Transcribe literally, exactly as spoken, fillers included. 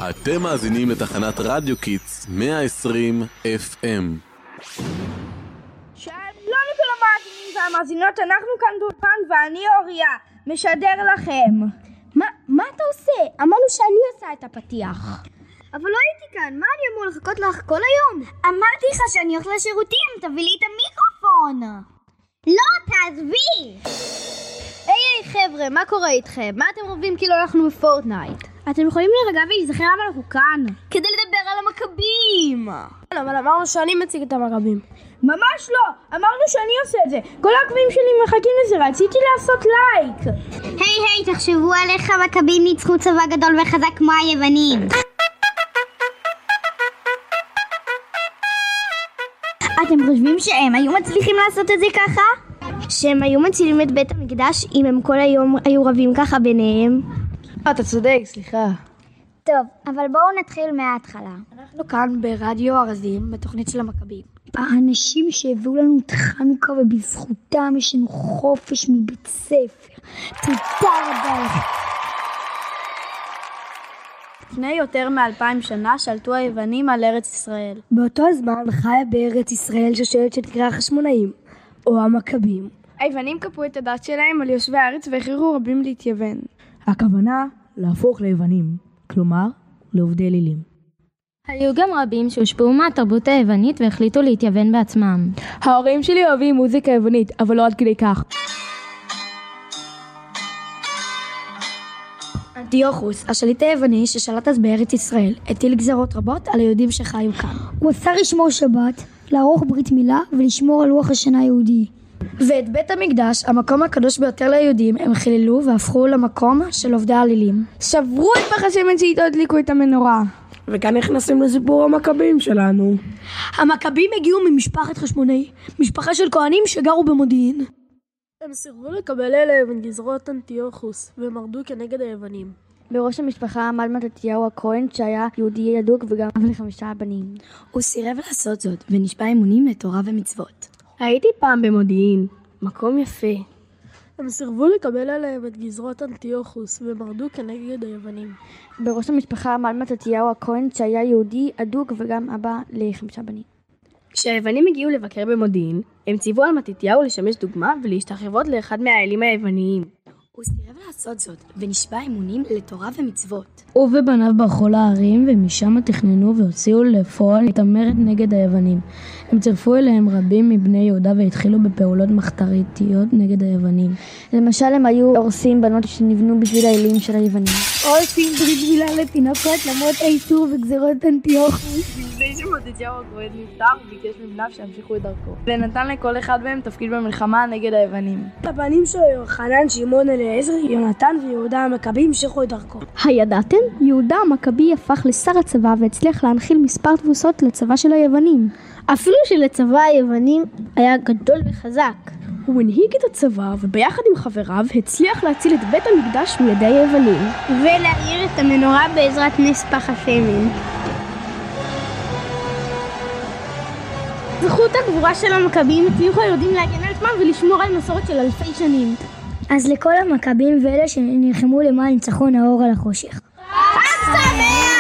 אתם מאזינים לתחנת רדיו קיטס מאה ועשרים אף אם. שלום לכל המאזינים והמאזינות, אנחנו כאן באולפן ואני אוריה, משדר לכם. מה, מה אתה עושה? אמרנו שאני עושה את הפתיח. אבל לא הייתי כאן, מה אני אמור לחכות לך כל היום? אמרתי לך שאני הולך לשירותים, תביא לי את המיקרופון. לא, תעזבי! היי היי חבר'ה, מה קורה איתכם? מה אתם רבים כאילו אנחנו בפורטנייט? אתם יכולים להירגע ולהיזכר למה אנחנו כאן? כדי לדבר על המכבים! אבל אמרנו שאני מציג את המכבים. ממש לא, אמרנו שאני עושה את זה. כל העקבים שלי מחכים לזה, רציתי לעשות לייק. היי היי, תחשבו על איך המכבים ניצחו צבא גדול וחזק כמו היוונים. אתם חושבים שהם היו מצליחים לעשות את זה ככה? שהם היו מצילים את בית המקדש אם הם כל היום היו רבים ככה ביניהם? אתה צודק, סליחה. טוב, אבל בואו נתחיל מההתחלה. אנחנו כאן ברדיו ארזים, בתוכנית של המכבים. האנשים שהביאו לנו את חנוכה ובזכותם יש לנו חופש מבית ספר. תודה רבה לך. לפני יותר מאלפיים שנה שלטו היוונים על ארץ ישראל. באותו הזמן חיה בארץ ישראל שושלת שנקרא החשמונאים, או המכבים. היוונים כפו את הדת שלהם על יושבי הארץ והכריחו רבים להתייוון. הכוונה להפוך ליוונים, כלומר לעובדי אלילים. היו גם רבים שהושפעו מהתרבות היוונית והחליטו להתייוון בעצמם. ההורים שלי אוהבים מוזיקה יוונית, אבל לא עד כדי כך. אנטיוכוס, השליט היווני ששלט אז בארץ ישראל, הטיל גזרות רבות על היהודים שחיו כאן. הוא אסר לשמור שבת, לערוך ברית מילה ולשמור על לוח השנה היהודי. ואת בית המקדש, המקום הקדוש ביותר ליהודים, הם חיללו והפכו למקום של עובדי האלילים. שברו את פח השמן שאיתו הדליקו את המנורה. וכאן נכנסים לסיפור המכבים שלנו. המכבים הגיעו ממשפחת חשמונאי, משפחה של כהנים שגרו במודיעין. הם סירבו לקבל אליהם את גזרות אנטיוכוס ומרדו כנגד היוונים. בראש המשפחה עמד מתתיהו הכהן שהיה יהודי אדוק וגם אב לחמישה בנים. הוא סירב לעשות זאת ונשבע אמונים לתורה ומצוות. הייתי פעם במודיעין, מקום יפה. הם סירבו לקבל עליהם את גזרות אנטיוכוס ומרדו כנגד היוונים. בראש המשפחה עמד מתתיהו הכהן שהיה יהודי אדוק וגם אבא לחמישה בנים. כשהיוונים הגיעו לבקר במודיעין, הם ציוו על מתתיהו לשמש דוגמה ולהשתחוות לאחד מהאלים היווניים. הוא סירב לעשות זאת ונשבע אמונים לתורה ומצוות. הוא ובניו ברחו להרים ומשם תכננו והוציאו לפועל את המרד נגד היוונים. הם צירפו אליהם רבים מבני יהודה והתחילו בפעולות מחתרתיות נגד היוונים. למשל הם היו הורסים בנות שנבנו בשביל האלים של היוונים. או עושים ברית מילה לתינוקות למרות האיסור וגזרות אנטיוכוס. לפני שמתתיהו הכהן נפטר הוא ביקש מבניו שימשיכו את דרכו ונתן לכל אחד מהם תפקיד במלחמה נגד היוונים. הבנים שלו יוחנן, שמעון, אליעזר, יונתן ויהודה המכבי המשיכו את דרכו. הידעתם? יהודה המכבי הפך לשר הצבא והצליח להנחיל מספר תבוסות לצבא של היוונים. אפילו שלצבא היוונים היה גדול וחזק. הוא הנהיג את הצבא וביחד עם חבריו הצליח להציל את בית המקדש מידי היוונים ולהאיר את המנורה בעזרת נס פח השמן. בזכות הגבורה של המכבים הצליחו היהודים להגן על עצמם ולשמור על מסורת של אלפי שנים. אז לכל המכבים ואלה שנלחמו למען ניצחון האור על החושך. חג שמח!